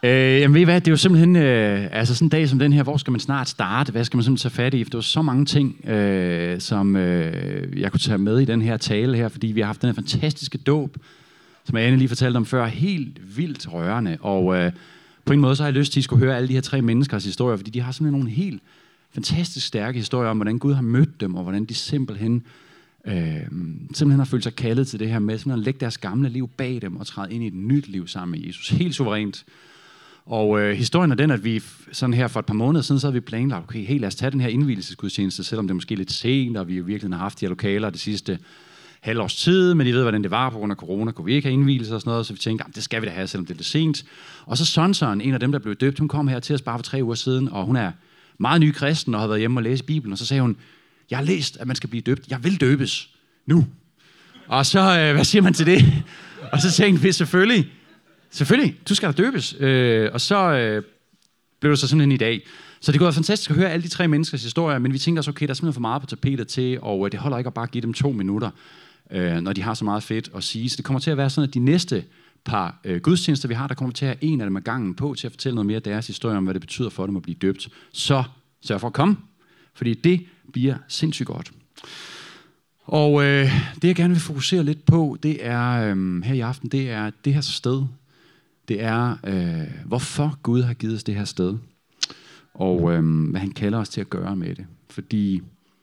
Jamen ved I hvad, det er jo simpelthen altså sådan en dag som den her, hvor skal man snart starte? Hvad skal man simpelthen tage fat i? For der var så mange ting, som jeg kunne tage med i den her tale her, fordi vi har haft den her fantastiske dåb, som Anne lige fortalte om før, helt vildt rørende. Og på en måde så har jeg lyst til, at I skulle høre alle de her 3 menneskers historier, fordi de har simpelthen nogle helt fantastisk stærke historier om, hvordan Gud har mødt dem, og hvordan de simpelthen har følt sig kaldet til det her med simpelthen at lægge deres gamle liv bag dem og træde ind i et nyt liv sammen med Jesus. Helt suverænt. Og historien er den, at vi sådan her for et par måneder siden, så havde vi planlagt, okay, hey, lad os tage den her indvielsesgudstjeneste, selvom det er måske lidt sent, og vi virkelig har haft de her lokaler det sidste halvårs tid, men I ved, hvordan det var på grund af corona, kunne vi ikke have indvielse og sådan noget, så vi tænkte, det skal vi da have, selvom det er lidt sent. Og så Sonson, en af dem, der blev døbt, hun kom her til os bare for 3 uger siden, og hun er meget ny kristen og har været hjemme og læst Bibelen, og så sagde hun, jeg har læst, at man skal blive døbt, jeg vil døbes nu. Og så, hvad siger man til det? Og så tænkte vi selvfølgelig, du skal da døbes. Og så blev det så simpelthen i dag. Så det går fantastisk at høre alle de 3 menneskers historier, men vi tænkte også, okay, der er simpelthen for meget på tapetet til, og det holder ikke at bare give dem 2 minutter, når de har så meget fedt at sige. Så det kommer til at være sådan, at de næste par gudstjenester, vi har, der kommer til at have en af dem ad gangen på, til at fortælle noget mere af deres historie om, hvad det betyder for dem at blive døbt. Så sørg for at komme, fordi det bliver sindssygt godt. Og det, jeg gerne vil fokusere lidt på, det er her i aften, det er det her sted. Det er, hvorfor Gud har givet os det her sted, og hvad han kalder os til at gøre med det. Fordi,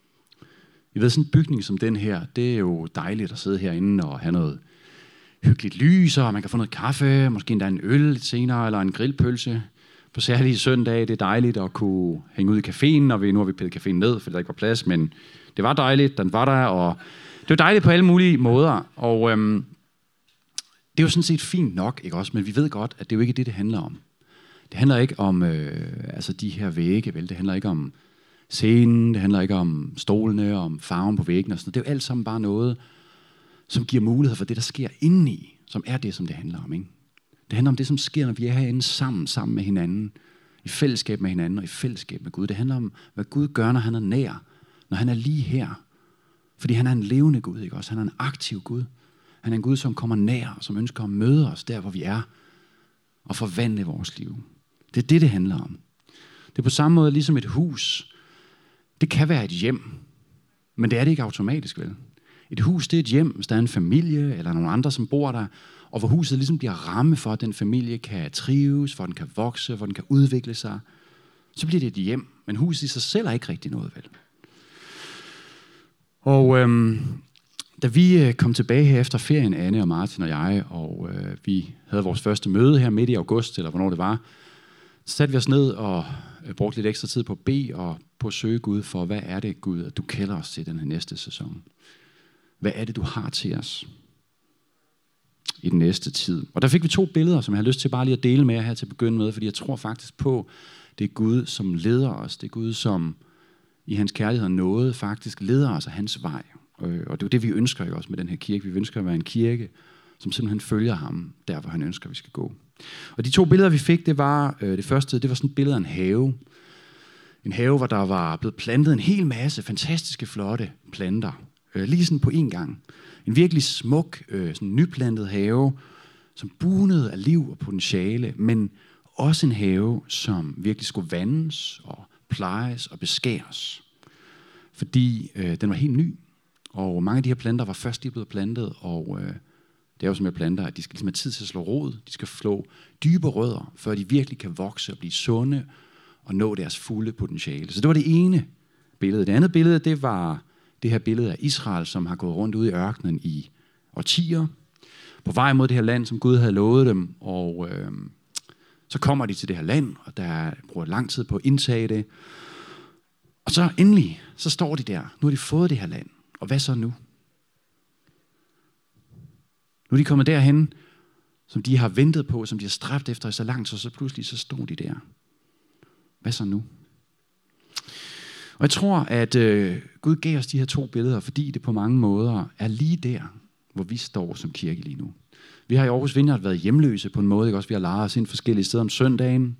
I ved, sådan en bygning som den her, det er jo dejligt at sidde herinde og have noget hyggeligt lys, og man kan få noget kaffe, måske endda en øl lidt senere, eller en grillpølse på særlige søndag. Det er dejligt at kunne hænge ud i caféen, og nu har vi pillet caféen ned, fordi der ikke var plads, men det var dejligt, den var der, og det var dejligt på alle mulige måder, og det er jo sådan set fint nok, ikke også? Men vi ved godt, at det er jo ikke det handler om. Det handler ikke om altså de her vægge, vel? Det handler ikke om scenen, det handler ikke om stolene, om farven på væggene og sådan noget. Det er jo alt sammen bare noget, som giver mulighed for det, der sker indeni, som er det, som det handler om, ikke? Det handler om det, som sker, når vi er herinde sammen med hinanden, i fællesskab med hinanden og i fællesskab med Gud. Det handler om, hvad Gud gør, når han er nær, når han er lige her. Fordi han er en levende Gud, ikke også? Han er en aktiv Gud. Han er en Gud, som kommer nær, og som ønsker at møde os der, hvor vi er, og forvandle vores liv. Det er det, det handler om. Det er på samme måde ligesom et hus. Det kan være et hjem, men det er det ikke automatisk, vel? Et hus, det er et hjem, hvis der er en familie, eller nogle andre, som bor der, og hvor huset ligesom bliver ramme for, at den familie kan trives, for at den kan vokse, for at den kan udvikle sig. Så bliver det et hjem, men huset i sig selv er ikke rigtig noget, vel? Og da vi kom tilbage her efter ferien, Anne og Martin og jeg, og vi havde vores første møde her midt i august, eller hvornår det var, så satte vi os ned og brugte lidt ekstra tid på at bede og på at søge Gud for, hvad er det, Gud, at du kalder os til den her næste sæson? Hvad er det, du har til os i den næste tid? Og der fik vi 2 billeder, som jeg har lyst til bare lige at dele med jer her til at begynde med, fordi jeg tror faktisk på, det er Gud, som leder os. Det er Gud, som i hans kærlighed og nåde faktisk leder os af hans vej. Og det er jo det, vi ønsker jo også med den her kirke. Vi ønsker at være en kirke, som simpelthen følger ham, der hvor han ønsker, vi skal gå. Og de 2 billeder, vi fik, det var det første, det var sådan et billede af en have. En have, hvor der var blevet plantet en hel masse fantastiske, flotte planter. Lige sådan på en gang. En virkelig smuk, sådan nyplantet have, som bunede af liv og potentiale, men også en have, som virkelig skulle vandes og plejes og beskæres. Fordi den var helt ny. Og mange af de her planter var først lige blevet plantet, og det er jo som med planter, at de skal ligesom have tid til at slå rod. De skal slå dybe rødder, før de virkelig kan vokse og blive sunde og nå deres fulde potentiale. Så det var det ene billede. Det andet billede, det var det her billede af Israel, som har gået rundt ude i ørkenen i årtier, på vej mod det her land, som Gud havde lovet dem. Og så kommer de til det her land, og der bruger lang tid på at indtage det. Og så endelig, så står de der. Nu har de fået det her land. Og hvad så nu? Nu er de kommet derhen, som de har ventet på, som de har stræbt efter i så langt, så pludselig så står de der. Hvad så nu? Og jeg tror, at Gud gav os de her 2 billeder, fordi det på mange måder er lige der, hvor vi står som kirke lige nu. Vi har i Aarhus Vineyard været hjemløse på en måde, ikke også? Vi har lejet os ind forskellige steder om søndagen,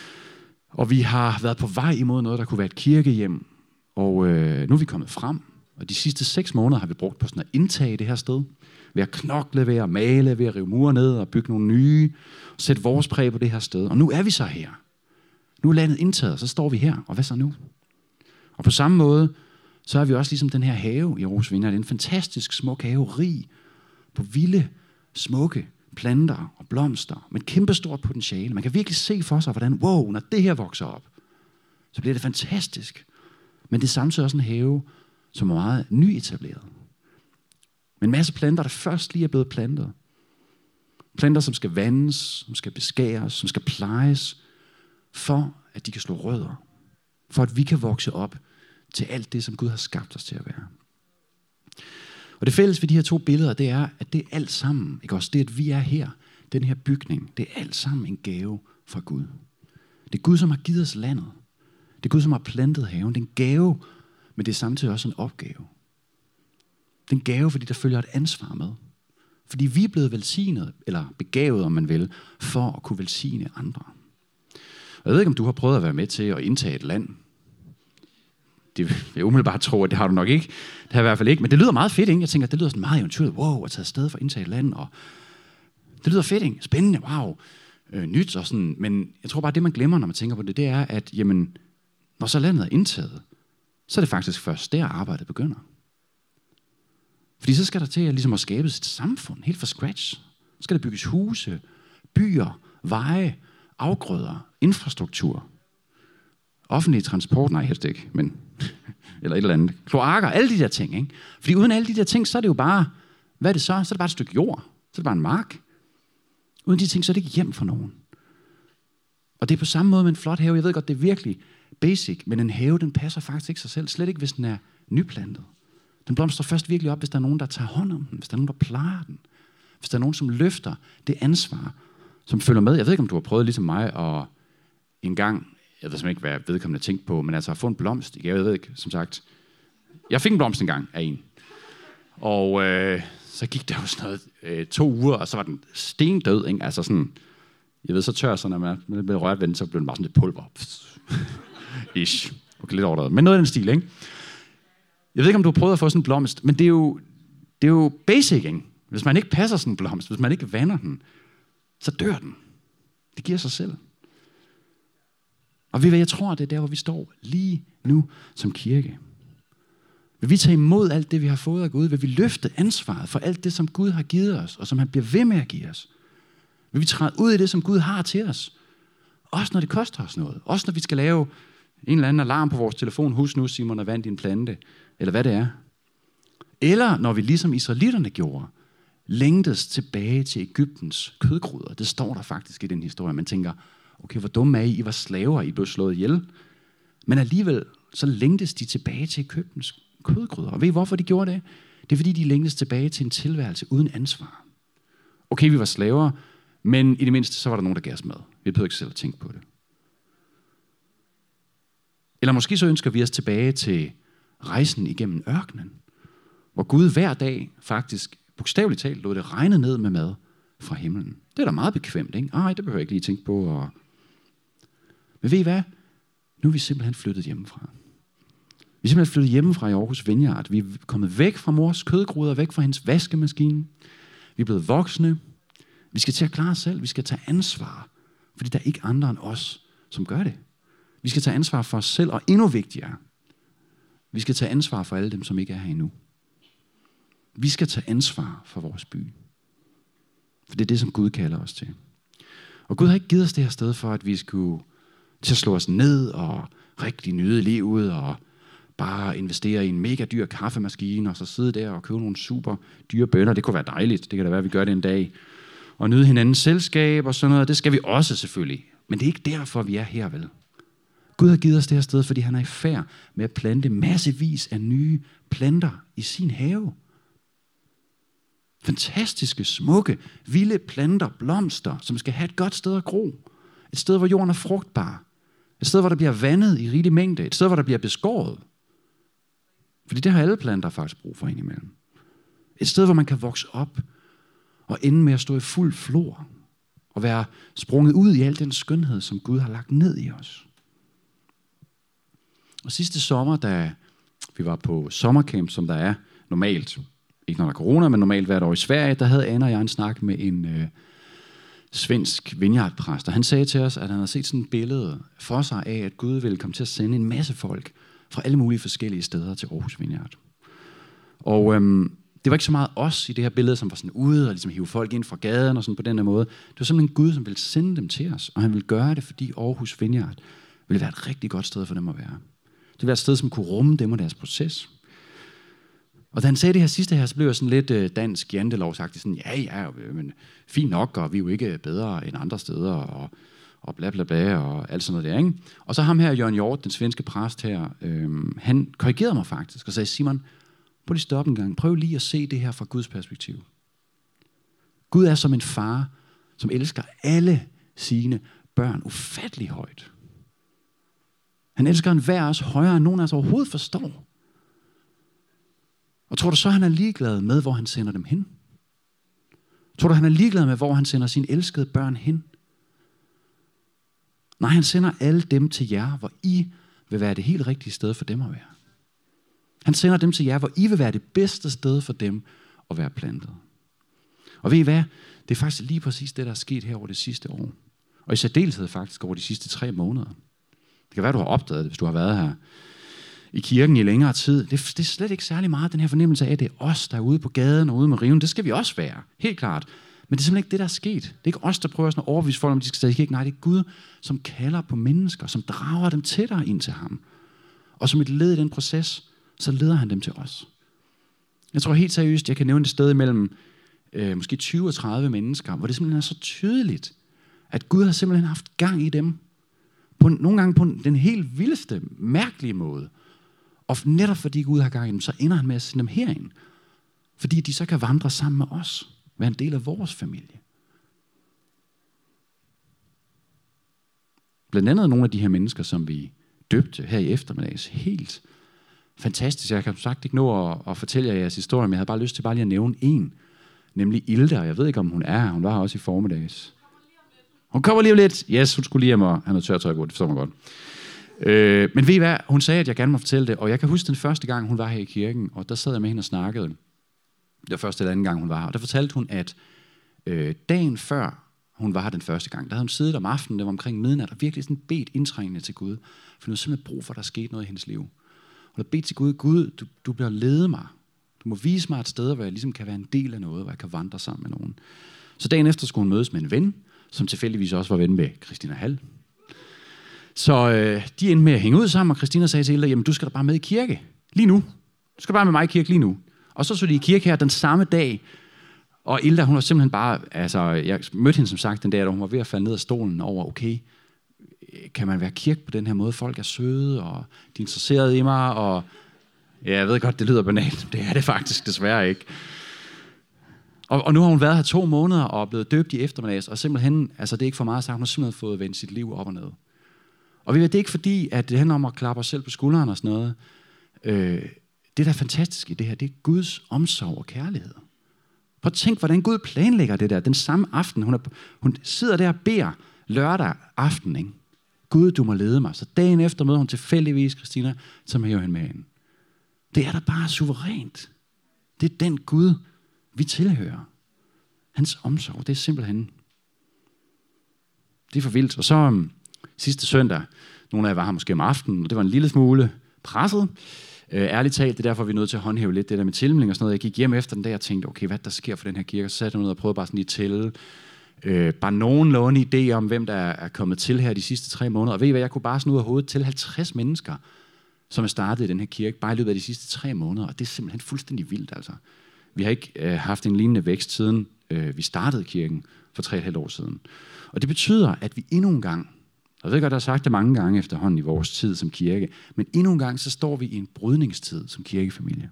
og vi har været på vej imod noget, der kunne være et kirkehjem, og nu er vi kommet frem, Og de sidste 6 måneder har vi brugt på sådan at indtage det her sted. Ved at knokle, ved at male, ved at rive mure ned og bygge nogle nye. Og sætte vores præg på det her sted. Og nu er vi så her. Nu er landet indtaget, så står vi her. Og hvad så nu? Og på samme måde, så er vi også ligesom den her have i Aarhus Vineyard. En fantastisk smuk have, rig på vilde, smukke planter og blomster. Med et kæmpestort potentiale. Man kan virkelig se for sig, hvordan, wow, når det her vokser op, så bliver det fantastisk. Men det er samtidig også en have, som er meget nyetableret. Med en masse planter, der først lige er blevet plantet. Planter, som skal vandes, som skal beskæres, som skal plejes, for at de kan slå rødder. For at vi kan vokse op til alt det, som Gud har skabt os til at være. Og det fælles ved de her 2 billeder, det er, at det er alt sammen, ikke også? Det, at vi er her, den her bygning, det er alt sammen en gave fra Gud. Det er Gud, som har givet os landet. Det er Gud, som har plantet haven. Det er en gave, men det er samtidig også en opgave. Det er en gave, fordi der følger et ansvar med. Fordi vi er blevet velsignet, eller begavet, om man vil, for at kunne velsigne andre. Og jeg ved ikke, om du har prøvet at være med til at indtage et land. Jeg umiddelbart tror, at det har du nok ikke. Det har jeg i hvert fald ikke. Men det lyder meget fedt, ikke? Jeg tænker, det lyder sådan meget eventyrligt. Wow, at tage afsted for at indtage et land. Og det lyder fedt, ikke? Spændende, wow. Nyt og sådan. Men jeg tror bare, det man glemmer, når man tænker på det, det er, at jamen, når så landet er indtaget, så er det faktisk først der arbejdet begynder. Fordi så skal der til ligesom at skabe et samfund helt fra scratch. Så skal der bygges huse, byer, veje, afgrøder, infrastruktur. Offentlig transport, nej helst ikke, men eller et eller andet. Kloakker, alle de der ting, ikke? Fordi uden alle de der ting, så er det jo bare, hvad er det så? Så er det bare et stykke jord. Så er det bare en mark. Uden de ting, så er det ikke hjem for nogen. Og det er på samme måde med en flot have. Jeg ved godt, det er virkelig basic, men en have, den passer faktisk ikke sig selv. Slet ikke, hvis den er nyplantet. Den blomstrer først virkelig op, hvis der er nogen, der tager hånd om den. Hvis der er nogen, der plejer den. Hvis der er nogen, som løfter det ansvar, som følger med. Jeg ved ikke, om du har prøvet ligesom mig at en gang, jeg ved simpelthen ikke, hvad vedkommende tænkte på, men altså at få en blomst. Jeg ved ikke, som sagt. Jeg fik en blomst en gang af en. Og så gik der jo sådan noget 2 uger, og så var den stendød, ikke? Altså sådan, jeg ved, så tør så, når man blev rørt ved den, så blev den bare sådan lidt pulver. Ish. Okay, lidt overdrevet. Men noget af den stil, ikke? Jeg ved ikke, om du har prøvet at få sådan en blomst, men det er jo basic, ikke? Hvis man ikke passer sådan en blomst, hvis man ikke vander den, så dør den. Det giver sig selv. Og ved I hvad, jeg tror, det er der, hvor vi står lige nu som kirke. Vil vi tage imod alt det, vi har fået af Gud? Vil vi løfte ansvaret for alt det, som Gud har givet os, og som han bliver ved med at give os? Vil vi træde ud i det, som Gud har til os? Også når det koster os noget. Også når vi skal lave en eller anden alarm på vores telefon. Husk nu, Simon, at vand din plante. Eller hvad det er. Eller når vi ligesom israelitterne gjorde, længtes tilbage til Egyptens kødgryder. Det står der faktisk i den historie. Man tænker, okay, hvor dumme er I? I var slaver, I blev slået ihjel. Men alligevel, så længtes de tilbage til Egyptens kødgryder. Og ved I, hvorfor de gjorde det? Det er, fordi de længtes tilbage til en tilværelse uden ansvar. Okay, vi var slaver, men i det mindste, så var der nogen, der gav os mad. Vi behøvede ikke selv at tænke på det. Eller måske så ønsker vi os tilbage til rejsen igennem ørkenen, hvor Gud hver dag faktisk, bogstaveligt talt, lod det regne ned med mad fra himlen. Det er da meget bekvemt, ikke? Ej, det behøver jeg ikke lige tænke på. Men ved I hvad? Nu er vi simpelthen flyttet hjemmefra. Vi er simpelthen flyttet hjemmefra i Aarhus Vineyard. Vi er kommet væk fra mors kødgryder, væk fra hendes vaskemaskine. Vi er blevet voksne. Vi skal til at klare os selv. Vi skal tage ansvar. Fordi der er ikke andre end os, som gør det. Vi skal tage ansvar for os selv, og endnu vigtigere, vi skal tage ansvar for alle dem, som ikke er her endnu. Vi skal tage ansvar for vores by. For det er det, som Gud kalder os til. Og Gud har ikke givet os det her sted for, at vi skulle til at slå os ned og rigtig nyde livet og bare investere i en mega dyr kaffemaskine og så sidde der og købe nogle super dyre bønner. Det kunne være dejligt. Det kan da være, at vi gør det en dag. Og nyde hinandens selskab og sådan noget. Det skal vi også selvfølgelig. Men det er ikke derfor, vi er her, vel? Gud har givet os det her sted, fordi han er i færd med at plante massevis af nye planter i sin have. Fantastiske, smukke, vilde planter, blomster, som skal have et godt sted at gro. Et sted, hvor jorden er frugtbar. Et sted, hvor der bliver vandet i rigelig mængde. Et sted, hvor der bliver beskåret. Fordi det har alle planter faktisk brug for indimellem. Et sted, hvor man kan vokse op og ende med at stå i fuld flor. Og være sprunget ud i al den skønhed, som Gud har lagt ned i os. Og sidste sommer, da Vi var på sommercamp, som der er normalt, ikke når der er corona, men normalt hvert år i Sverige. Der havde Anna og jeg en snak med en svensk vineyardpræst, og han sagde til os, at han havde set sådan et billede for sig af, at Gud ville komme til at sende en masse folk fra alle mulige forskellige steder til Aarhus Vineyard. Og det var ikke så meget os i det her billede, som var sådan ude og ligesom hive folk ind fra gaden og sådan på den her måde. Det var simpelthen Gud, som ville sende dem til os, og han ville gøre det, fordi Aarhus Vineyard ville være et rigtig godt sted for dem at være. Det ville være et sted, som kunne rumme dem og deres proces. Og da han sagde det her sidste her, så blev jeg sådan lidt dansk jantelovsagtig, sådan, ja, men fint nok, og vi er jo ikke bedre end andre steder, og bla bla bla, og alt sådan noget der, ikke? Og så ham her, Jørgen Hjort, den svenske præst her, han korrigerede mig faktisk, og sagde, Simon, prøv lige stoppe en gang, prøv lige at se det her fra Guds perspektiv. Gud er som en far, som elsker alle sine børn ufattelig højt. Han elsker enhver af os højere, end nogen af os overhovedet forstår. Og tror du så, han er ligeglad med, hvor han sender dem hen? Tror du, han er ligeglad med, hvor han sender sine elskede børn hen? Nej, han sender alle dem til jer, hvor I vil være det helt rigtige sted for dem at være. Han sender dem til jer, hvor I vil være det bedste sted for dem at være plantet. Og ved I hvad? Det er faktisk lige præcis det, der er sket her over det sidste år. Og i særdeleshed faktisk over de sidste 3 måneder. Det kan være, du har opdaget det, hvis du har været her i kirken i længere tid. Det er slet ikke særlig meget, den her fornemmelse af, at det er os, der er ude på gaden og ude med riven. Det skal vi også være, helt klart. Men det er simpelthen ikke det, der er sket. Det er ikke os, der prøver sådan at overbevise folk, om de skal tage i kirken. Nej, det er Gud, som kalder på mennesker, som drager dem tættere ind til ham. Og som et led i den proces, så leder han dem til os. Jeg tror helt seriøst, jeg kan nævne et sted mellem måske 20 og 30 mennesker, hvor det simpelthen er så tydeligt, at Gud har simpelthen haft gang i dem. Nogle gange på den helt vildeste, mærkelige måde. Og netop fordi Gud har gang i dem, så ender han med at sende dem herind. Fordi de så kan vandre sammen med os. Være en del af vores familie. Blandt andet nogle af de her mennesker, som vi døbte her i eftermiddags. Helt fantastisk. Jeg kan sagt ikke nå at fortælle jer jeres historie, men jeg havde bare lyst til bare lige at nævne en. Nemlig Ilda. Jeg ved ikke, om hun er her. Hun var her også i formiddags. Hun kommer lige om lidt. Yes, hun skulle lige hjem og have noget tørtøj på. Det forstår man godt. Men ved I hvad? Hun sagde, at jeg gerne må fortælle det. Og jeg kan huske den første gang, hun var her i kirken. Og der sad jeg med hende og snakkede. Det var første eller anden gang, hun var her. Og der fortalte hun, at dagen før hun var her den første gang, der havde hun siddet om aftenen, det var omkring midnat, og virkelig sådan bedt indtrængende til Gud. For hun havde simpelthen brug for, at der skete noget i hendes liv. Hun havde bedt til Gud, Gud, du bliver ledet mig. Du må vise mig et sted, hvor jeg ligesom kan være en del af noget, hvor jeg kan vandre sammen med nogen. Så dagen efter skulle hun mødes med en ven, som tilfældigvis også var ven med Christina Hall. Så de endte med at hænge ud sammen, og Christina sagde til Ilda, jamen du skal da bare med i kirke, lige nu. Du skal bare med mig i kirke lige nu. Og så de i kirke her den samme dag, og Ilda, hun var simpelthen bare, altså jeg mødte hende som sagt den dag, da hun var ved at falde ned af stolen over, okay, kan man være kirke på den her måde? Folk er søde, og de er interesserede i mig, og ja, jeg ved godt, det lyder banalt, det er det faktisk desværre ikke. Og nu har hun været her 2 måneder, og er blevet døbt i eftermiddags, og simpelthen, altså det er ikke for meget sagt, hun har simpelthen fået vendt sit liv op og ned. Og det er ikke fordi, at det handler om at klappe os selv på skulderen og sådan noget. Det, der er fantastisk i det her, det er Guds omsorg og kærlighed. Prøv at tænk, hvordan Gud planlægger det der. Den samme aften, hun sidder der og beder lørdag aften, ikke? Gud, du må lede mig. Så dagen efter møder hun tilfældigvis Christina, som hæver hende med hende. Det er da bare suverænt. Det er den Gud, vi tilhører. Hans omsorg, det er simpelthen, det er for vildt. Og så sidste søndag, nogle af jer var her måske om aftenen, og det var en lille smule presset. Ærligt talt, det er derfor, vi er nødt til at håndhæve lidt det der med tilmelding og sådan noget. Jeg gik hjem efter den dag og tænkte, okay, hvad der sker for den her kirke? Så satte jeg ned og prøvede bare sådan lige at tælle. Bare nogenlunde idé om, hvem der er kommet til her de sidste 3 måneder. Og ved I hvad, jeg kunne bare sådan ud af hovedet til 50 mennesker, som er startet i den her kirke, bare i løbet af de sidste 3 måneder. Og det er simpelthen fuldstændig vildt, altså. Vi har ikke haft en lignende vækst siden vi startede kirken for 3,5 år siden. Og det betyder, at vi endnu en gang, og jeg ved godt, der har sagt det mange gange efterhånden i vores tid som kirke, men endnu en gang, så står vi i en brydningstid som kirkefamilie.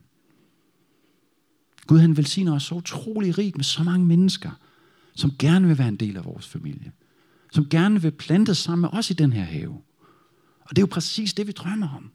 Gud han velsigner os så utrolig rigt med så mange mennesker, som gerne vil være en del af vores familie. Som gerne vil plante sammen med os i den her have. Og det er jo præcis det, vi drømmer om.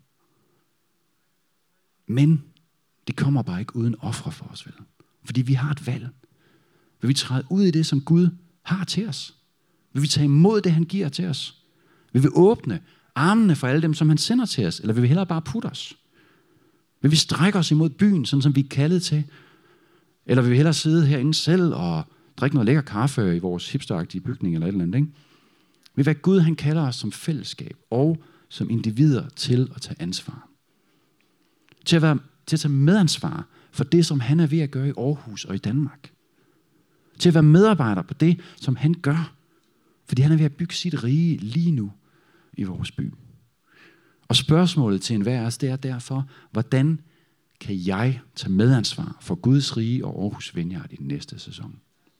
Men det kommer bare ikke uden ofre for os, vel? Fordi vi har et valg. Vil vi træde ud i det, som Gud har til os? Vil vi tage imod det, han giver til os? Vil vi åbne armene for alle dem, som han sender til os? Eller vil vi hellere bare putte os? Vil vi strække os imod byen, sådan som vi er kaldet til? Eller vil vi hellere sidde herinde selv og drikke noget lækker kaffe i vores hipsteragtige bygning eller et eller andet, ikke? Ved hvad Gud han kalder os som fællesskab og som individer til at tage ansvar. Til at tage medansvar for det, som han er ved at gøre i Aarhus og i Danmark. Til at være medarbejder på det, som han gør. Fordi han er ved at bygge sit rige lige nu i vores by. Og spørgsmålet til enhver af os, det er derfor, hvordan kan jeg tage medansvar for Guds rige og Aarhus Vineyard i den næste sæson?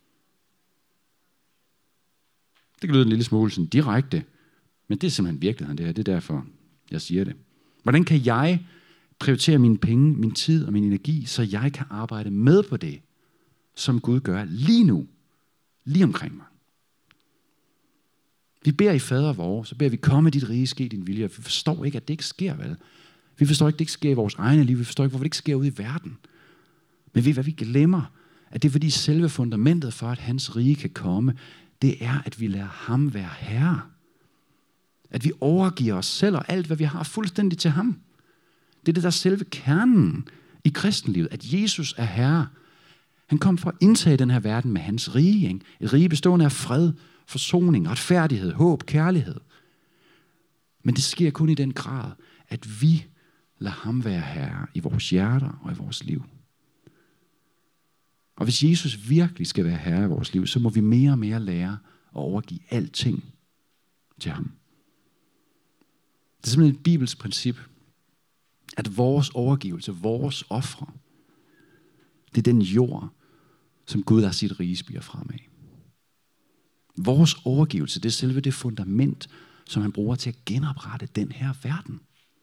Det kan lyde en lille smule sådan direkte, men det er simpelthen virkeligheden det her. Det er derfor, jeg siger det. Hvordan kan jeg prioritere mine penge, min tid og min energi, så jeg kan arbejde med på det, som Gud gør lige nu, lige omkring mig? Vi beder i Fader vor, så beder vi, komme dit rige, ske din vilje. Vi forstår ikke, at det ikke sker, vel? Vi forstår ikke, at det ikke sker i vores egne liv. Vi forstår ikke, hvorfor det ikke sker ude i verden. Men ved hvad vi glemmer? At det er fordi selve fundamentet for, at hans rige kan komme, det er, at vi lader ham være herre. At vi overgiver os selv og alt, hvad vi har, fuldstændig til ham. Det er det, der er selve kernen i kristenlivet, at Jesus er herre. Han kom for at indtage den her verden med hans rige. Ikke? Et rige bestående af fred, forsoning, retfærdighed, håb, kærlighed. Men det sker kun i den grad, at vi lader ham være herre i vores hjerter og i vores liv. Og hvis Jesus virkelig skal være herre i vores liv, så må vi mere og mere lære at overgive alting til ham. Det er simpelthen et bibelsk princip, at vores overgivelse, vores ofre, det er den jord, som Gud lader sit rige spire fremad. Vores overgivelse, det er selve det fundament, som han bruger til at genoprette den her verden.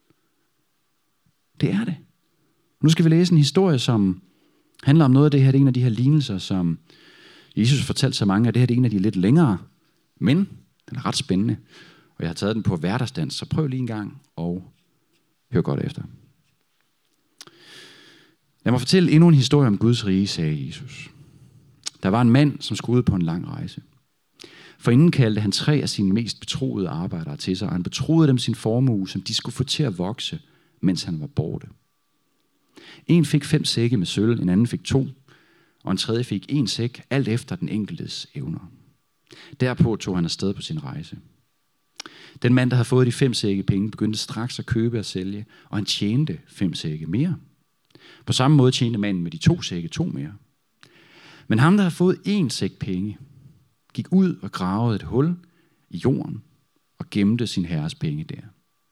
Det er det. Nu skal vi læse en historie, som handler om noget af det her. Det er en af de her lignelser, som Jesus fortalte så mange af. Det her det er en af de lidt længere, men den er ret spændende. Og jeg har taget den på hverdagsdans, så prøv lige en gang og hør godt efter. Lad mig fortælle endnu en historie om Guds rige, sagde Jesus. Der var en mand, som skulle ud på en lang rejse. Forinden kaldte han 3 af sine mest betroede arbejdere til sig, og han betroede dem sin formue, som de skulle få til at vokse, mens han var borte. En fik 5 sække med sølv, en anden fik 2, og en tredje fik 1 sæk, alt efter den enkeltes evner. Derpå tog han afsted på sin rejse. Den mand, der havde fået de 5 sække penge, begyndte straks at købe og sælge, og han tjente 5 sække mere. På samme måde tjente manden med de 2 sække 2 mere. Men ham, der havde fået 1 sæk penge, gik ud og gravede et hul i jorden og gemte sin herres penge der.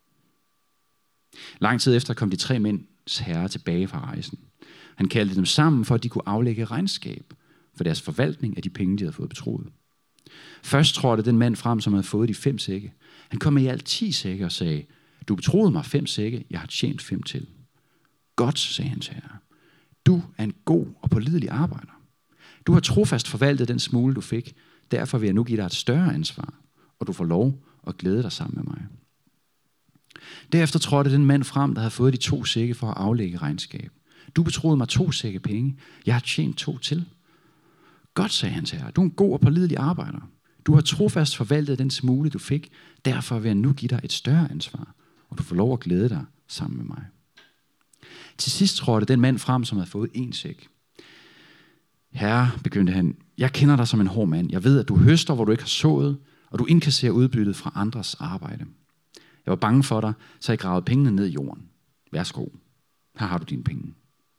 Lang tid efter kom de 3 mænds herre tilbage fra rejsen. Han kaldte dem sammen, for at de kunne aflægge regnskab for deres forvaltning af de penge, de havde fået betroet. Først trådte den mand frem, som havde fået de 5 sække. Han kom med i alt 10 sække og sagde, du betroede mig 5 sække, jeg har tjent 5 til. Godt, sagde hans herre. Du er en god og pålidelig arbejder. Du har trofast forvaltet den smule, du fik. Derfor vil jeg nu give dig et større ansvar, og du får lov at glæde dig sammen med mig. Derefter trådte den mand frem, der havde fået de 2 sække for at aflægge regnskab. Du betroede mig 2 sække penge. Jeg har tjent 2 til. Godt, sagde hans herre. Du er en god og pålidelig arbejder. Du har trofast forvaltet den smule, du fik. Derfor vil jeg nu give dig et større ansvar, og du får lov at glæde dig sammen med mig. Til sidst trådte den mand frem, som havde fået 1 sæk. Herre, begyndte han, jeg kender dig som en hård mand. Jeg ved, at du høster, hvor du ikke har sået, og du indkasserer udbyttet fra andres arbejde. Jeg var bange for dig, så jeg gravede pengene ned i jorden. Værsgo, her har du dine penge.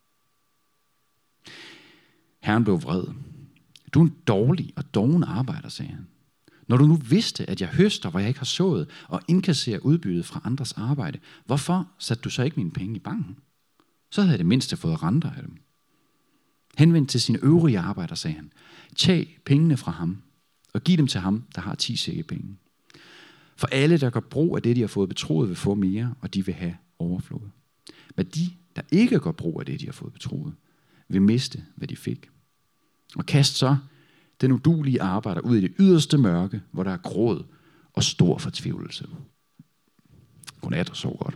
Herren blev vred. Du er en dårlig og doven arbejder, sagde han. Når du nu vidste, at jeg høster, hvor jeg ikke har sået, og indkasserer udbyttet fra andres arbejde, hvorfor satte du så ikke mine penge i banken? Så havde jeg det mindste fået renter af dem. Henvend til sine øvrige arbejder, sagde han. Tag pengene fra ham, og giv dem til ham, der har 10 sække penge. For alle, der gør brug af det, de har fået betroet, vil få mere, og de vil have overflod. Men de, der ikke gør brug af det, de har fået betroet, vil miste, hvad de fik. Og kast så den uduelige arbejder ud i det yderste mørke, hvor der er gråd og stor fortvivlelse. Godnat og sov godt.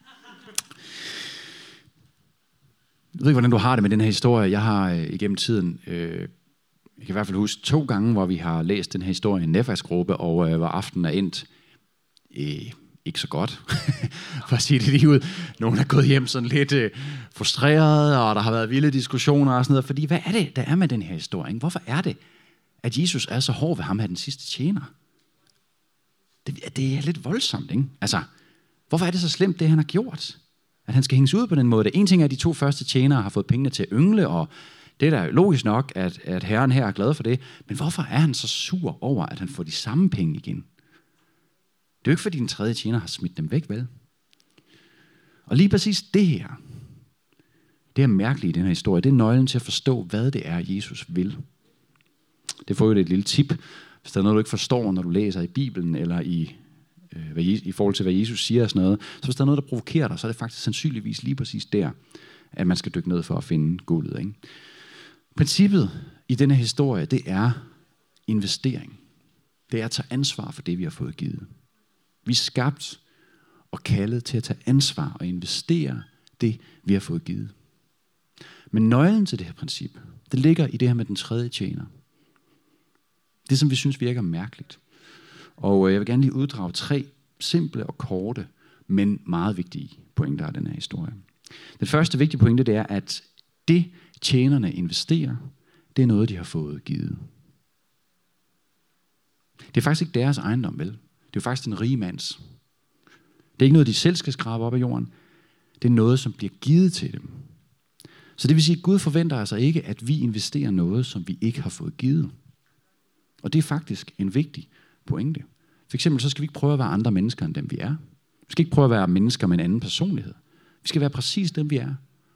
Jeg ved ikke, hvordan du har det med den her historie. Jeg har igennem tiden, jeg kan i hvert fald huske 2 gange, hvor vi har læst den her historie i en netværksgruppe, og hvor aftenen er endt ikke så godt, for at sige det lige ud. Nogle er gået hjem sådan lidt frustrerede, og der har været vilde diskussioner og sådan noget. Fordi hvad er det, der er med den her historie? Ikke? Hvorfor er det, at Jesus er så hård ved ham her, den sidste tjener? Det er lidt voldsomt, ikke? Altså, hvorfor er det så slemt, det han har gjort? At han skal hænges ud på den måde. En ting er, at de 2 første tjenere har fået pengene til at yngle, og det er da logisk nok, at herren her er glad for det. Men hvorfor er han så sur over, at han får de samme penge igen? Det er jo ikke, fordi den 3. tjener har smidt dem væk, vel? Og lige præcis det er mærkeligt i den her historie. Det er nøglen til at forstå, hvad det er, Jesus vil. Det får jo et lille tip, hvis der er noget, du ikke forstår, når du læser i Bibelen, eller i forhold til, hvad Jesus siger og sådan noget. Så hvis der er noget, der provokerer dig, så er det faktisk sandsynligvis lige præcis der, at man skal dykke ned for at finde guldet. Ikke? Princippet i denne historie, det er investering. Det er at tage ansvar for det, vi har fået givet. Vi er skabt og kaldet til at tage ansvar og investere det, vi har fået givet. Men nøglen til det her princip, det ligger i det her med den 3. tjener. Det, som vi synes virker mærkeligt. Og jeg vil gerne lige uddrage 3 simple og korte, men meget vigtige pointer af den her historie. Den første vigtige pointe, det er, at det tjenerne investerer, det er noget, de har fået givet. Det er faktisk ikke deres ejendom, vel? Det er jo faktisk den rige mands. Det er ikke noget, de selv skal skrabe op af jorden. Det er noget, som bliver givet til dem. Så det vil sige, at Gud forventer altså ikke, at vi investerer noget, som vi ikke har fået givet. Og det er faktisk en vigtig pointe. For eksempel så skal vi ikke prøve at være andre mennesker, end dem vi er. Vi skal ikke prøve at være mennesker med en anden personlighed. Vi skal være præcis dem, vi er.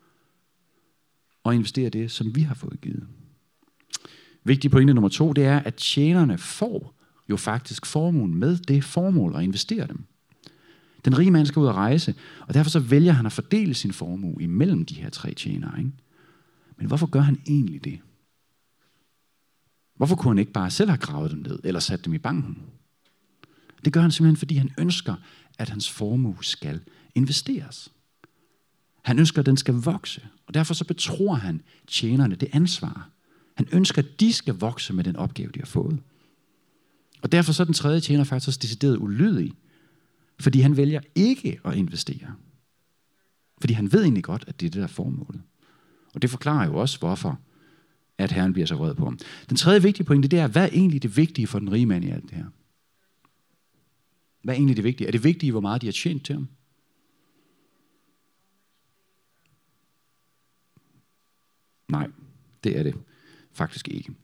Og investere det, som vi har fået givet. Vigtig pointe nummer 2, det er, at tjenerne får jo faktisk formuen med det formål at investere dem. Den rige mand skal ud at rejse, og derfor så vælger han at fordele sin formue imellem de her 3 tjenere. Ikke? Men hvorfor gør han egentlig det? Hvorfor kunne han ikke bare selv have gravet dem ned, eller sat dem i banken? Det gør han simpelthen, fordi han ønsker, at hans formue skal investeres. Han ønsker, at den skal vokse, og derfor så betror han tjenerne det ansvar. Han ønsker, at de skal vokse med den opgave, de har fået. Og derfor så er den 3. tjener faktisk decideret ulydig, fordi han vælger ikke at investere. Fordi han ved egentlig godt, at det er det, der er formålet. Og det forklarer jo også, hvorfor at herren bliver så vred på ham. Den 3. vigtige pointe, det er, hvad er egentlig det vigtige for den rige mand i alt det her? Hvad er egentlig det vigtige? Er det vigtige, hvor meget de har tjent til ham? Nej, det er det faktisk ikke.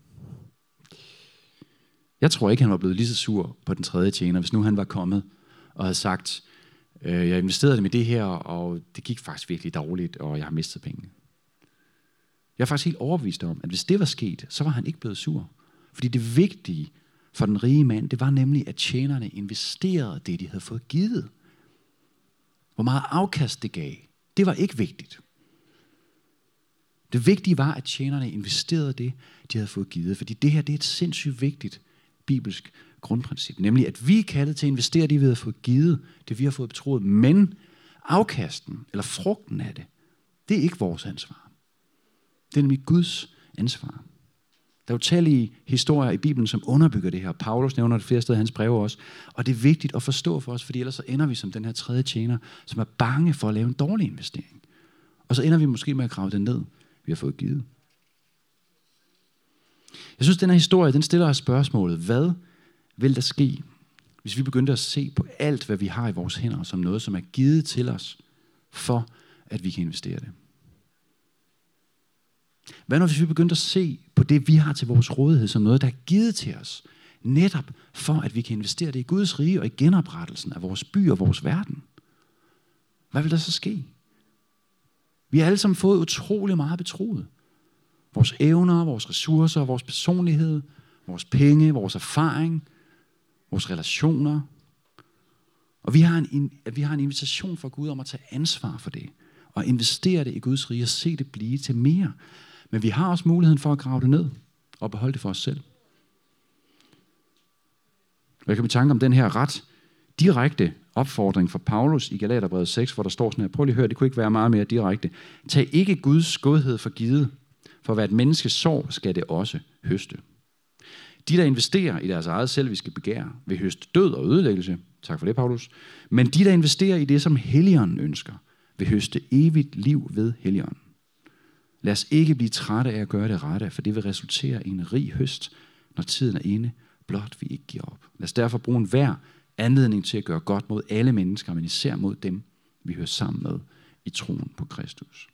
Jeg tror ikke, han var blevet lige så sur på den 3. tjener, hvis nu han var kommet og havde sagt, jeg investerede det med det her, og det gik faktisk virkelig dårligt, og jeg har mistet penge. Jeg er faktisk helt overbevist om, at hvis det var sket, så var han ikke blevet sur. Fordi det vigtige for den rige mand, det var nemlig, at tjenerne investerede det, de havde fået givet. Hvor meget afkast det gav, det var ikke vigtigt. Det vigtige var, at tjenerne investerede det, de havde fået givet. Fordi det her, det er et sindssygt vigtigt bibelsk grundprincip. Nemlig, at vi er kaldet til at investere det, vi har fået givet, det vi har fået betroet. Men afkasten, eller frugten af det, det er ikke vores ansvar. Det er nemlig Guds ansvar. Der er jo tallige historier i Bibelen, som underbygger det her. Paulus nævner det flere steder i hans breve også. Og det er vigtigt at forstå for os, fordi ellers så ender vi som den her 3. tjener, som er bange for at lave en dårlig investering. Og så ender vi måske med at grave det ned, vi har fået givet. Jeg synes, den her historie, den stiller os spørgsmålet, hvad vil der ske, hvis vi begyndte at se på alt, hvad vi har i vores hænder, som noget, som er givet til os, for at vi kan investere det? Hvad nu, hvis vi begyndte at se på det, vi har til vores rådighed, som noget, der er givet til os, netop for, at vi kan investere det i Guds rige og i genoprettelsen af vores by og vores verden? Hvad vil der så ske? Vi har alle sammen fået utrolig meget betroet. Vores evner, vores ressourcer, vores personlighed, vores penge, vores erfaring, vores relationer. Og vi har en invitation fra Gud om at tage ansvar for det, og investere det i Guds rige og se det blive til mere. Men vi har også muligheden for at grave det ned og beholde det for os selv. Og jeg kan blive tanke om den her ret direkte opfordring fra Paulus i Galaterbrevet 6, hvor der står sådan her, prøv lige at høre, det kunne ikke være meget mere direkte. Tag ikke Guds godhed for givet, for hvad et menneske sår, skal det også høste. De, der investerer i deres eget selviske begær, vil høste død og ødelæggelse. Tak for det, Paulus. Men de, der investerer i det, som Helligånden ønsker, vil høste evigt liv ved Helligånden. Lad os ikke blive trætte af at gøre det rette, for det vil resultere i en rig høst, når tiden er inde, blot vi ikke giver op. Lad os derfor bruge enhver anledning til at gøre godt mod alle mennesker, men især mod dem, vi hører sammen med i troen på Kristus.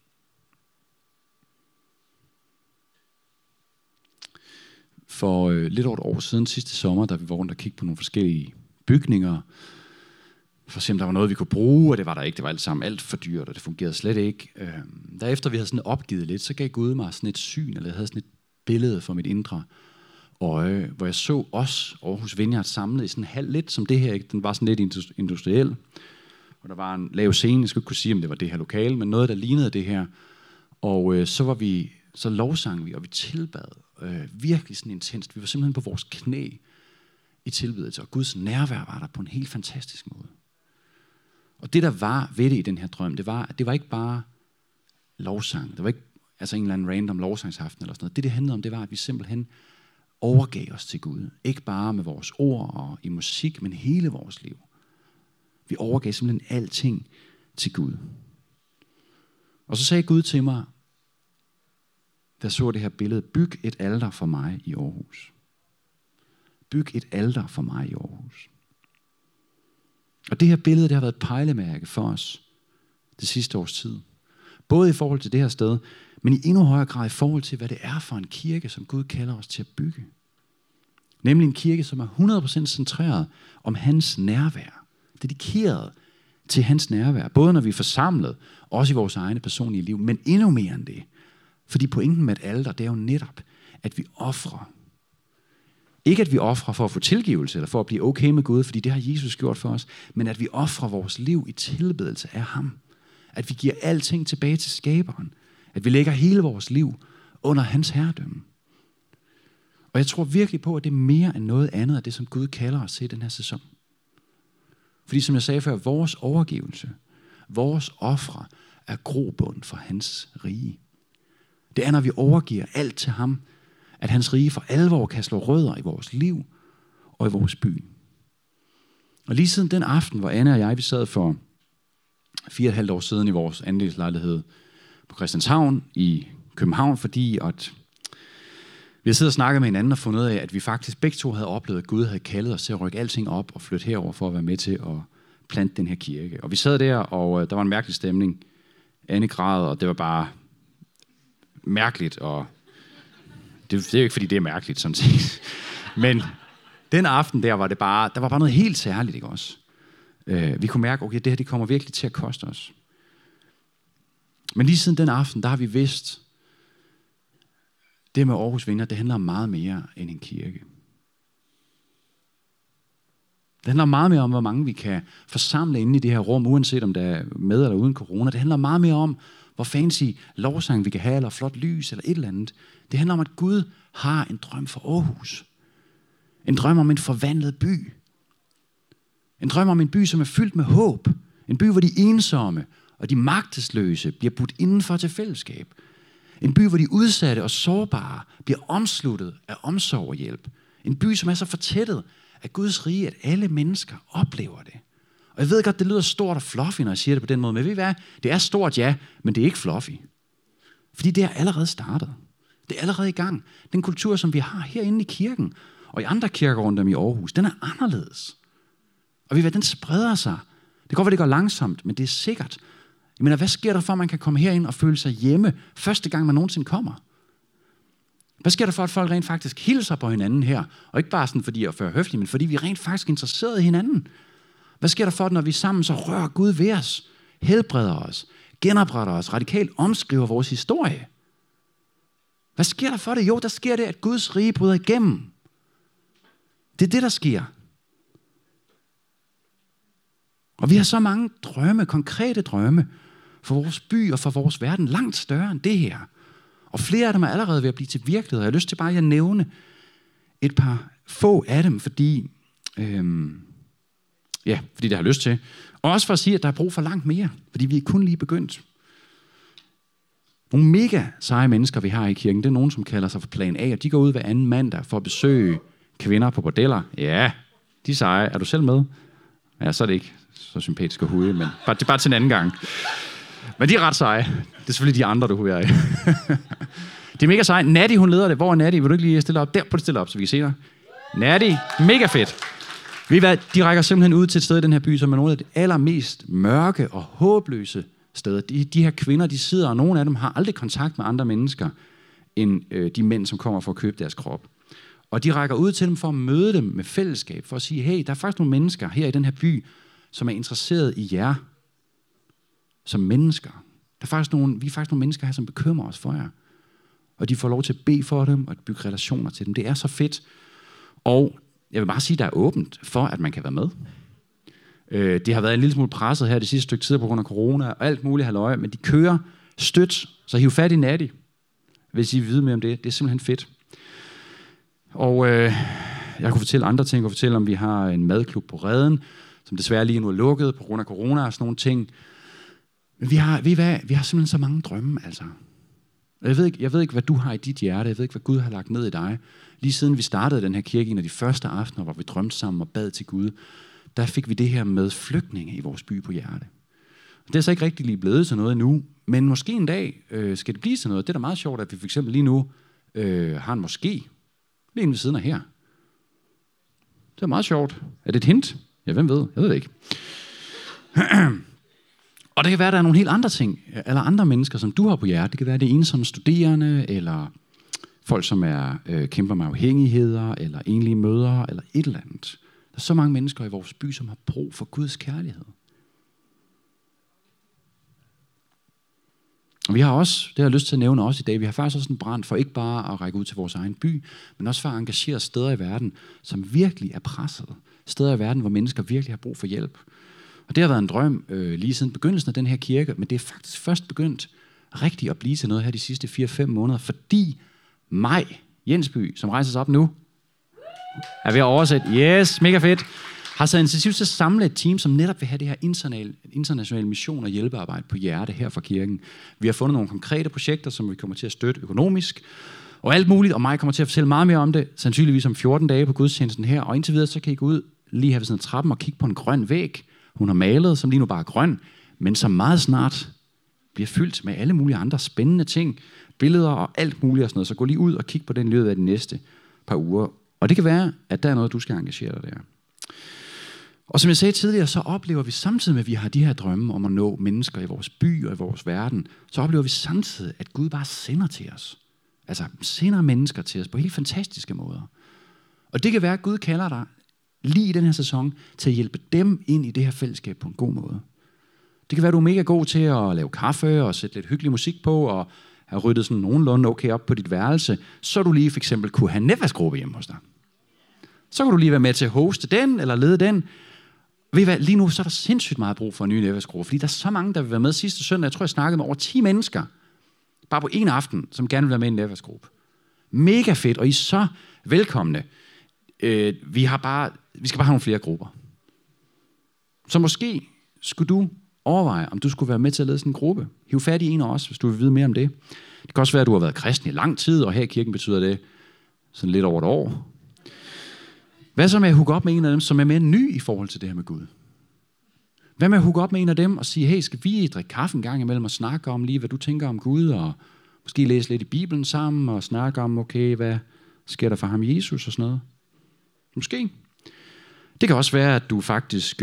For lidt over et år siden, sidste sommer, da vi var rundt og kiggede på nogle forskellige bygninger, for at se, om der var noget, vi kunne bruge, og det var der ikke. Det var alt sammen alt for dyrt, og det fungerede slet ikke. Derefter vi havde sådan opgivet lidt, så gav Gud mig sådan et syn, eller jeg havde sådan et billede for mit indre øje, hvor jeg så os Aarhus Vineyard samlet i sådan halv lidt som det her. Ikke? Den var sådan lidt industriel, og der var en lav scene. Jeg skulle ikke kunne sige, om det var det her lokale, men noget, der lignede det her. Og så lovsang vi, og vi tilbad virkelig sådan intenst. Vi var simpelthen på vores knæ i tilbedelse, og Guds nærvær var der på en helt fantastisk måde. Og det, der var ved det i den her drøm, det var, at det var ikke bare lovsang. Det var ikke en eller anden random lovsangsaften eller sådan noget. Det handlede om, det var, at vi simpelthen overgav os til Gud. Ikke bare med vores ord og i musik, men hele vores liv. Vi overgav simpelthen alting til Gud. Og så sagde Gud til mig, der så det her billede, byg et alter for mig i Aarhus. Byg et alter for mig i Aarhus. Og det her billede, det har været et pejlemærke for os det sidste års tid. Både i forhold til det her sted, men i endnu højere grad i forhold til, hvad det er for en kirke, som Gud kalder os til at bygge. Nemlig en kirke, som er 100% centreret om hans nærvær. Dedikeret til hans nærvær. Både når vi er forsamlet, også i vores egne personlige liv, men endnu mere end det. Fordi pointen med et alter, det er jo netop, at vi ofrer. Ikke at vi ofrer for at få tilgivelse, eller for at blive okay med Gud, fordi det har Jesus gjort for os, men at vi ofrer vores liv i tilbedelse af ham. At vi giver alting tilbage til skaberen. At vi lægger hele vores liv under hans herredømme. Og jeg tror virkelig på, at det er mere end noget andet af det, som Gud kalder os til i den her sæson. Fordi som jeg sagde før, vores overgivelse, vores ofre er grobund for hans rige. Det er, når vi overgiver alt til ham, at hans rige for alvor kan slå rødder i vores liv og i vores by. Og lige siden den aften, hvor Anne og jeg, vi sad for 4,5 år siden i vores andelslejlighed på Christianshavn i København, fordi at vi havde siddet og snakket med hinanden og fundet ud af, at vi faktisk begge to havde oplevet, at Gud havde kaldet os til at rykke alting op og flytte herover for at være med til at plante den her kirke. Og vi sad der, og der var en mærkelig stemning. Anne græd, og det var bare mærkeligt, og det er jo ikke, fordi det er mærkeligt, sådan set. Men den aften der var bare noget helt særligt, ikke også? Vi kunne mærke, okay, det her det kommer virkelig til at koste os. Men lige siden den aften, der har vi vidst, det med Aarhus Vineyard, det handler om meget mere end en kirke. Det handler meget mere om, hvor mange vi kan forsamle inde i det her rum, uanset om det er med eller uden corona. Det handler meget mere om, hvor fancy lovsang vi kan have, eller flot lys, eller et eller andet. Det handler om, at Gud har en drøm for Aarhus. En drøm om en forvandlet by. En drøm om en by, som er fyldt med håb. En by, hvor de ensomme og de magtesløse bliver budt indenfor til fællesskab. En by, hvor de udsatte og sårbare bliver omsluttet af omsorg og hjælp. En by, som er så fortættet af Guds rige, at alle mennesker oplever det. Og jeg ved godt, det lyder stort og fluffy, når jeg siger det på den måde, men ved I hvad? Det er stort, ja, men det er ikke fluffy. Fordi det er allerede startet. Det er allerede i gang. Den kultur, som vi har herinde i kirken, og i andre kirker rundt om i Aarhus, den er anderledes. Og ved I hvad? Den spreder sig. Det kan godt være, det går langsomt, men det er sikkert. Jeg mener, hvad sker der for, at man kan komme herind og føle sig hjemme første gang, man nogensinde kommer? Hvad sker der for, at folk rent faktisk hilser på hinanden her? Og ikke bare sådan, fordi jeg er for høflig, men fordi vi rent faktisk er interesserede i hinanden. Hvad sker der for, at når vi sammen så rører Gud ved os, helbreder os, genopretter os, radikalt omskriver vores historie? Hvad sker der for det? Jo, der sker det, at Guds rige bryder igennem. Det er det, der sker. Og vi har så mange drømme, konkrete drømme, for vores by og for vores verden, langt større end det her. Og flere af dem er allerede ved at blive til virkelighed. Jeg har lyst til bare at nævne et par få af dem, fordi det har jeg lyst til. Og også for at sige, at der er brug for langt mere, fordi vi er kun lige begyndt. Nogle mega seje mennesker, vi har i kirken, det er nogen, som kalder sig for Plan A, og de går ud hver anden mandag for at besøge Kvinder på bordeller, ja, de er seje. Er du selv med? Ja, så er det ikke så sympatisk at hude, men bare til en anden gang. Men de er ret seje. Det er selvfølgelig de andre, du huder af. Det er mega seje. Natty, hun leder det. Hvor er Natty? Vil du ikke lige stille op? Der på det stille op, så vi kan se dig. Natty, mega fedt. Ved I hvad? De rækker simpelthen ud til et sted i den her by, som er nogle af de allermest mørke og håbløse steder. De her kvinder, de sidder, og nogle af dem har aldrig kontakt med andre mennesker, end de mænd, som kommer for at købe deres krop. Og de rækker ud til dem for at møde dem med fællesskab, for at sige, hey, der er faktisk nogle mennesker her i den her by, som er interesseret i jer som mennesker. Vi er faktisk nogle mennesker her, som bekymrer os for jer. Og de får lov til at bede for dem, og bygge relationer til dem. Det er så fedt. Og jeg vil bare sige, at der er åbent for, at man kan være med. Det har været en lille smule presset her det sidste stykke tid på grund af corona, og alt muligt halløj, men de kører stødt, så hiv fat i Natty, hvis I vil vide mere om det. Det er simpelthen fedt. Og jeg kunne fortælle andre ting. Jeg kunne fortælle, om vi har en madklub på Reden, som desværre lige nu er lukket på grund af corona og sådan nogle ting. Men vi har simpelthen så mange drømme, altså. Jeg ved ikke, hvad du har i dit hjerte. Jeg ved ikke, hvad Gud har lagt ned i dig. Lige siden vi startede den her kirke, en af de første aftener, hvor vi drømte sammen og bad til Gud, der fik vi det her med flygtninge i vores by på hjerte. Det er så ikke rigtig lige blevet til noget endnu, men måske en dag skal det blive til noget. Det er da meget sjovt, at vi for eksempel lige nu har en moské lige inde ved siden af her. Det er meget sjovt. Er det et hint? Ja, hvem ved? Jeg ved det ikke. Og det kan være, at der er nogle helt andre ting, eller andre mennesker, som du har på hjertet. Det kan være, det er ensomme studerende, eller folk, som kæmper med afhængigheder, eller enlige mødre, eller et eller andet. Der er så mange mennesker i vores by, som har brug for Guds kærlighed. Og vi har også, det har jeg lyst til at nævne også i dag, vi har faktisk også en brand for ikke bare at række ud til vores egen by, men også for at engagere steder i verden, som virkelig er presset. Steder i verden, hvor mennesker virkelig har brug for hjælp. Og det har været en drøm lige siden begyndelsen af den her kirke, men det er faktisk først begyndt rigtig at blive til noget her de sidste 4-5 måneder, fordi Maj Jensby, som rejser sig op nu, er ved at oversætte, yes, mega fedt, har taget initiativ til at samle et team, som netop vil have det her internationale mission og hjælpearbejde på hjerte her fra kirken. Vi har fundet nogle konkrete projekter, som vi kommer til at støtte økonomisk, og alt muligt, og Maj kommer til at fortælle meget mere om det, sandsynligvis om 14 dage på gudstjenesten her, og indtil videre så kan I gå ud lige her ved sådan en trappen og kigge på en grøn væg, hun har malet, som lige nu bare er grøn, men som meget snart bliver fyldt med alle mulige andre spændende ting, billeder og alt muligt og sådan noget. Så gå lige ud og kig på den i løbet af de næste par uger. Og det kan være, at der er noget, du skal engagere dig der. Og som jeg sagde tidligere, så oplever vi samtidig med, at vi har de her drømme om at nå mennesker i vores by og i vores verden, så oplever vi samtidig, at Gud bare sender til os. Altså sender mennesker til os på helt fantastiske måder. Og det kan være, at Gud kalder dig lige i den her sæson til at hjælpe dem ind i det her fællesskab på en god måde. Det kan være, at du er mega god til at lave kaffe og sætte lidt hyggelig musik på og have ryddet sådan nogenlunde okay op på dit værelse, så du lige for eksempel kunne have en netværksgruppe hjemme hos dig. Så kan du lige være med til at hoste den eller lede den. Ved I hvad, lige nu så er der sindssygt meget brug for en ny netværksgruppe, fordi der er så mange, der vil være med sidste søndag. Jeg tror, jeg snakkede med over 10 mennesker, bare på en aften, som gerne vil være med i en netværksgruppe. Mega fedt, og I er så velkomne. Vi skal bare have nogle flere grupper. Så måske skulle du overveje, om du skulle være med til at lede sådan en gruppe. Hiv fat i en af os, hvis du vil vide mere om det. Det kan også være, at du har været kristen i lang tid, og her i kirken betyder det sådan lidt over et år. Hvad så med at hooke op med en af dem, som er mere ny i forhold til det her med Gud? Hvad med at hooke op med en af dem og sige, hey, skal vi drikke kaffe en gang imellem og snakke om lige, hvad du tænker om Gud, og måske læse lidt i Bibelen sammen og snakke om, okay, hvad sker der for ham Jesus og sådan noget? Måske. Det kan også være, at du faktisk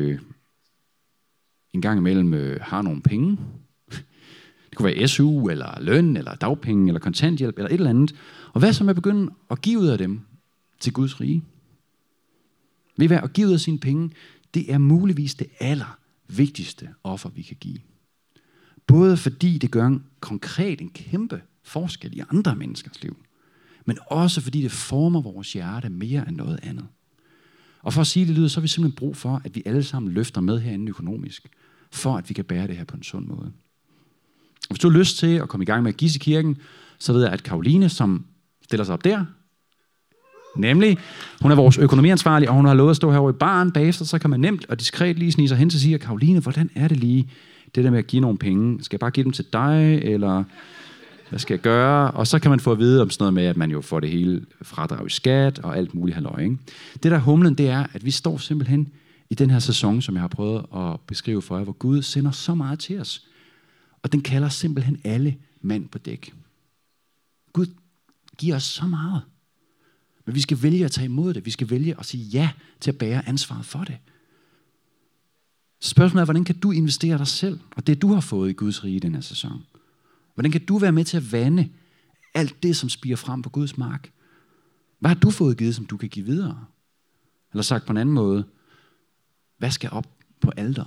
en gang imellem har nogle penge. Det kunne være SU, eller løn, eller dagpenge, eller kontanthjælp, eller et eller andet. Og hvad så med at begynde at give ud af dem til Guds rige? Ved at give ud af sine penge, det er muligvis det allervigtigste offer, vi kan give. Både fordi det gør en kæmpe forskel i andre menneskers liv, men også fordi det former vores hjerte mere end noget andet. Og for at sige det lyder, så har vi simpelthen brug for, at vi alle sammen løfter med herinde økonomisk, for at vi kan bære det her på en sund måde. Og hvis du har lyst til at komme i gang med at give i kirken, så ved jeg, at Karoline, som stiller sig op der, nemlig, hun er vores økonomiansvarlig, og hun har lovet at stå herovre i baren bagefter, så kan man nemt og diskret lige snige sig hen til at sige, Karoline, hvordan er det lige, det der med at give nogle penge? Skal jeg bare give dem til dig, eller Hvad skal jeg gøre? Og så kan man få at vide om sådan noget med, at man jo får det hele fradrag i skat og alt muligt halløj, ikke? Det der humlen, det er, at vi står simpelthen i den her sæson, som jeg har prøvet at beskrive for jer, hvor Gud sender så meget til os. Og den kalder simpelthen alle mand på dæk. Gud giver os så meget. Men vi skal vælge at tage imod det. Vi skal vælge at sige ja til at bære ansvaret for det. Spørgsmålet er, hvordan kan du investere dig selv og det, du har fået i Guds rige i den her sæson? Hvordan kan du være med til at vande alt det, som spiger frem på Guds mark? Hvad har du fået givet, som du kan give videre? Eller sagt på en anden måde, hvad skal op på alteret?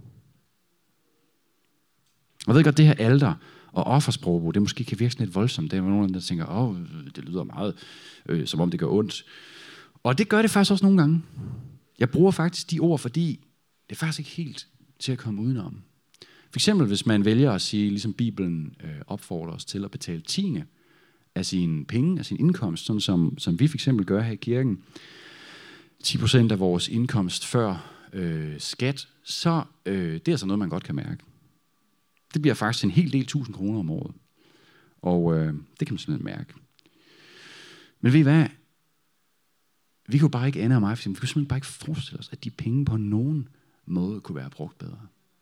Og jeg ved godt, det her alter og offersprogbrug, det måske kan virke sådan lidt voldsomt. Der er nogen, der tænker, det lyder meget, som om det gør ondt. Og det gør det faktisk også nogle gange. Jeg bruger faktisk de ord, fordi det er faktisk ikke helt til at komme udenom. For eksempel, hvis man vælger at sige, ligesom Bibelen opfordrer os til at betale tiende af sine penge, af sin indkomst, sådan som vi for eksempel gør her i kirken, 10% af vores indkomst før skat, så det er altså noget, man godt kan mærke. Det bliver faktisk en hel del 1000 kroner om året. Og det kan man simpelthen mærke. Men ved I hvad? Vi kunne bare ikke, Anna og mig, vi kunne simpelthen bare ikke forestille os, at de penge på nogen måde kunne være brugt bedre.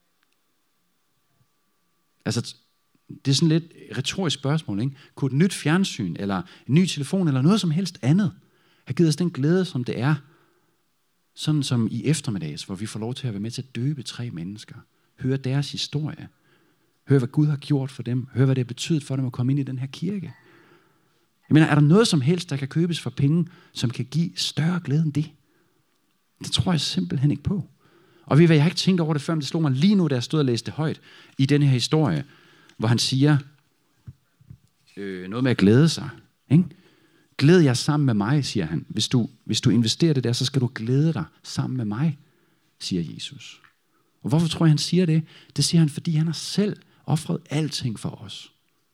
Altså, det er sådan lidt et retorisk spørgsmål, ikke? Kunne et nyt fjernsyn, eller en ny telefon, eller noget som helst andet, have givet os den glæde, som det er, sådan som i eftermiddags, hvor vi får lov til at være med til at døbe 3 mennesker, høre deres historie, høre hvad Gud har gjort for dem, høre hvad det har betydet for dem at komme ind i den her kirke. Jeg mener, er der noget som helst, der kan købes for penge, som kan give større glæde end det? Det tror jeg simpelthen ikke på. Og jeg har ikke tænkt over det før, men det slog mig lige nu, da jeg stod og læste højt i den her historie, hvor han siger noget med at glæde sig. Ikke? Glæd jer sammen med mig, siger han. Hvis du investerer det der, så skal du glæde dig sammen med mig, siger Jesus. Og hvorfor tror jeg, han siger det? Det siger han, fordi han har selv ofret alting for os.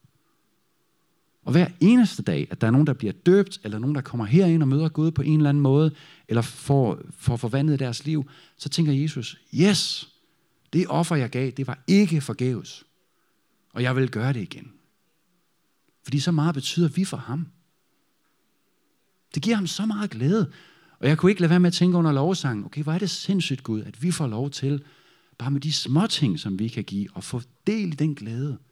Og hver eneste dag, at der er nogen, der bliver døbt, eller nogen, der kommer herind og møder Gud på en eller anden måde, eller får forvandlet deres liv, så tænker Jesus, yes, det offer, jeg gav, det var ikke forgæves. Og jeg vil gøre det igen. Fordi så meget betyder vi for ham. Det giver ham så meget glæde. Og jeg kunne ikke lade være med at tænke under lovsangen, okay, hvor er det sindssygt, Gud, at vi får lov til, bare med de små ting, som vi kan give, og få del i den glæde.